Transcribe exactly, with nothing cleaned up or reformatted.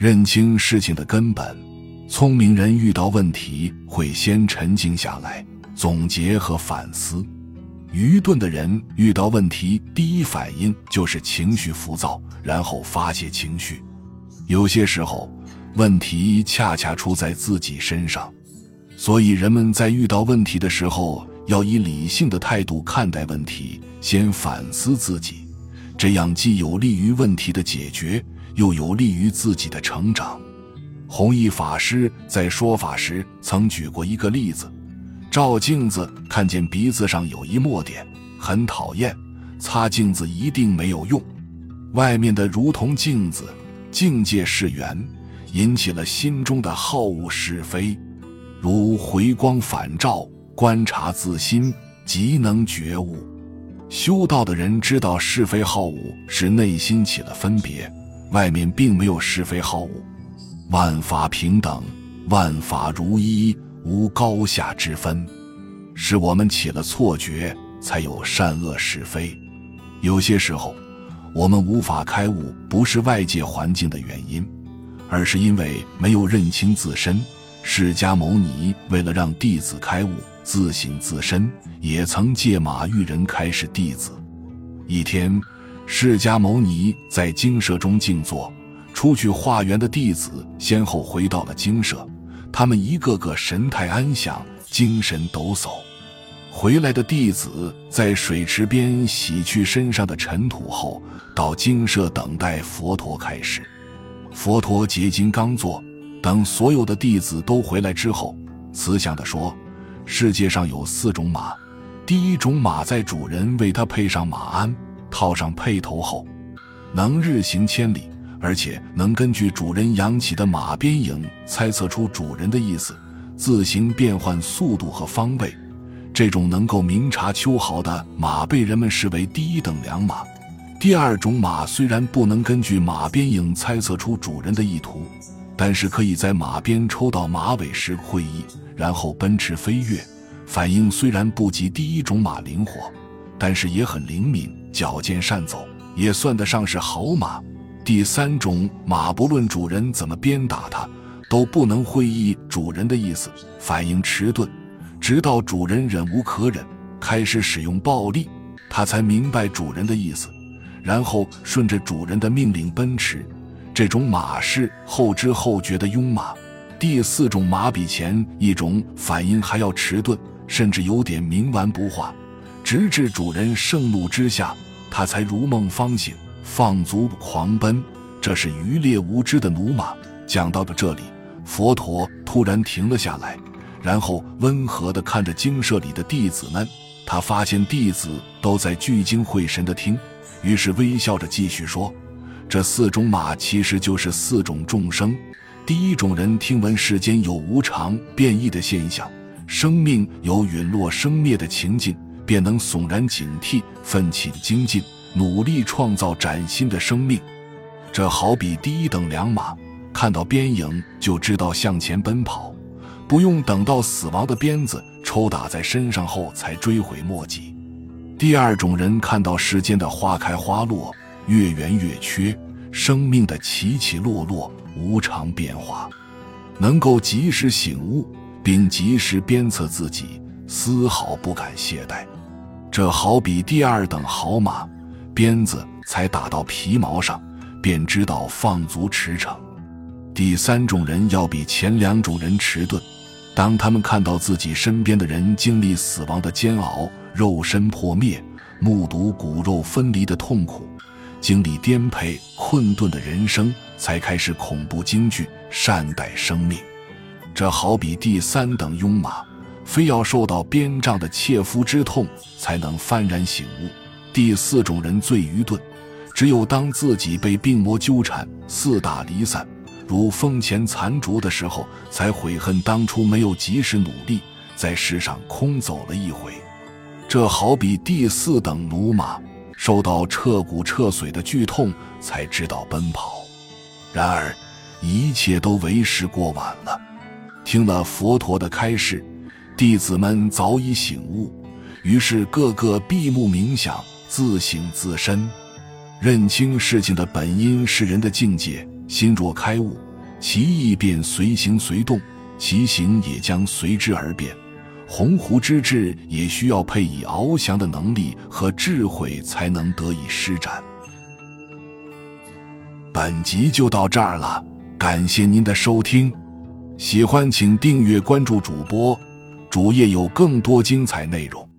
认清事情的根本，聪明人遇到问题会先沉静下来，总结和反思。愚钝的人遇到问题，第一反应就是情绪浮躁，然后发泄情绪。有些时候，问题恰恰出在自己身上，所以人们在遇到问题的时候，要以理性的态度看待问题，先反思自己，这样既有利于问题的解决，又有利于自己的成长。弘一法师在说法时曾举过一个例子，照镜子看见鼻子上有一墨点，很讨厌，擦镜子一定没有用。外面的如同镜子，境界是缘，引起了心中的好恶是非，如回光返照，观察自心，即能觉悟。修道的人知道是非好恶是内心起了分别，外面并没有是非好恶。万法平等，万法如一，无高下之分，是我们起了错觉，才有善恶是非。有些时候我们无法开悟，不是外界环境的原因，而是因为没有认清自身。释迦牟尼为了让弟子开悟，自省自身，也曾借马喻人开示弟子。一天，释迦牟尼在精舍中静坐，出去化缘的弟子先后回到了精舍，他们一个个神态安详，精神抖擞。回来的弟子在水池边洗去身上的尘土后，到精舍等待佛陀开示。佛陀结金刚座，等所有的弟子都回来之后，慈祥地说，世界上有四种马，第一种马在主人为它配上马鞍，套上辔头后，能日行千里，而且能根据主人扬起的马鞭影猜测出主人的意思，自行变换速度和方位。这种能够明察秋毫的马被人们视为第一等良马。第二种马虽然不能根据马鞭影猜测出主人的意图，但是可以在马鞭抽到马尾时会意，然后奔驰飞跃，反应虽然不及第一种马灵活，但是也很灵敏，矫健善走，也算得上是好马。第三种马不论主人怎么鞭打它，都不能会意主人的意思，反应迟钝，直到主人忍无可忍，开始使用暴力，它才明白主人的意思，然后顺着主人的命令奔驰。这种马是后知后觉的庸马。第四种马比前一种反应还要迟钝，甚至有点冥顽不化，直至主人盛怒之下，它才如梦方醒，放足狂奔。这是愚劣无知的奴马。讲到了这里，佛陀突然停了下来，然后温和地看着精舍里的弟子们，他发现弟子都在聚精会神地听，于是微笑着继续说，这四种马其实就是四种众生。第一种人听闻世间有无常变异的现象，生命有陨落生灭的情境，便能悚然警惕，奋起精进，努力创造崭新的生命。这好比第一等良马，看到鞭影就知道向前奔跑，不用等到死亡的鞭子抽打在身上后才追悔莫及。第二种人看到世间的花开花落，月圆月缺，生命的起起落落，无常变化，能够及时醒悟，并及时鞭策自己，丝毫不敢懈怠。这好比第二等好马，鞭子才打到皮毛上，便知道放足驰骋。第三种人要比前两种人迟钝，当他们看到自己身边的人经历死亡的煎熬，肉身破灭，目睹骨肉分离的痛苦，经历颠沛困顿的人生，才开始恐怖惊惧，善待生命。这好比第三等庸马，非要受到鞭杖的切肤之痛才能幡然醒悟。第四种人最愚钝，只有当自己被病魔纠缠，四大离散，如风前残烛的时候，才悔恨当初没有及时努力，在世上空走了一回。这好比第四等奴马，受到彻骨彻髓的剧痛，才知道奔跑。然而一切都为时过晚了。听了佛陀的开示，弟子们早已醒悟，于是个个闭目冥想，自省自身，认清事情的本因是人的境界。心若开悟， 其意便随形随动，其形也将随之而变。鸿鹄之志也需要配以翱翔的能力和智慧才能得以施展。本集就到这儿了，感谢您的收听，喜欢请订阅关注主播，主页有更多精彩内容。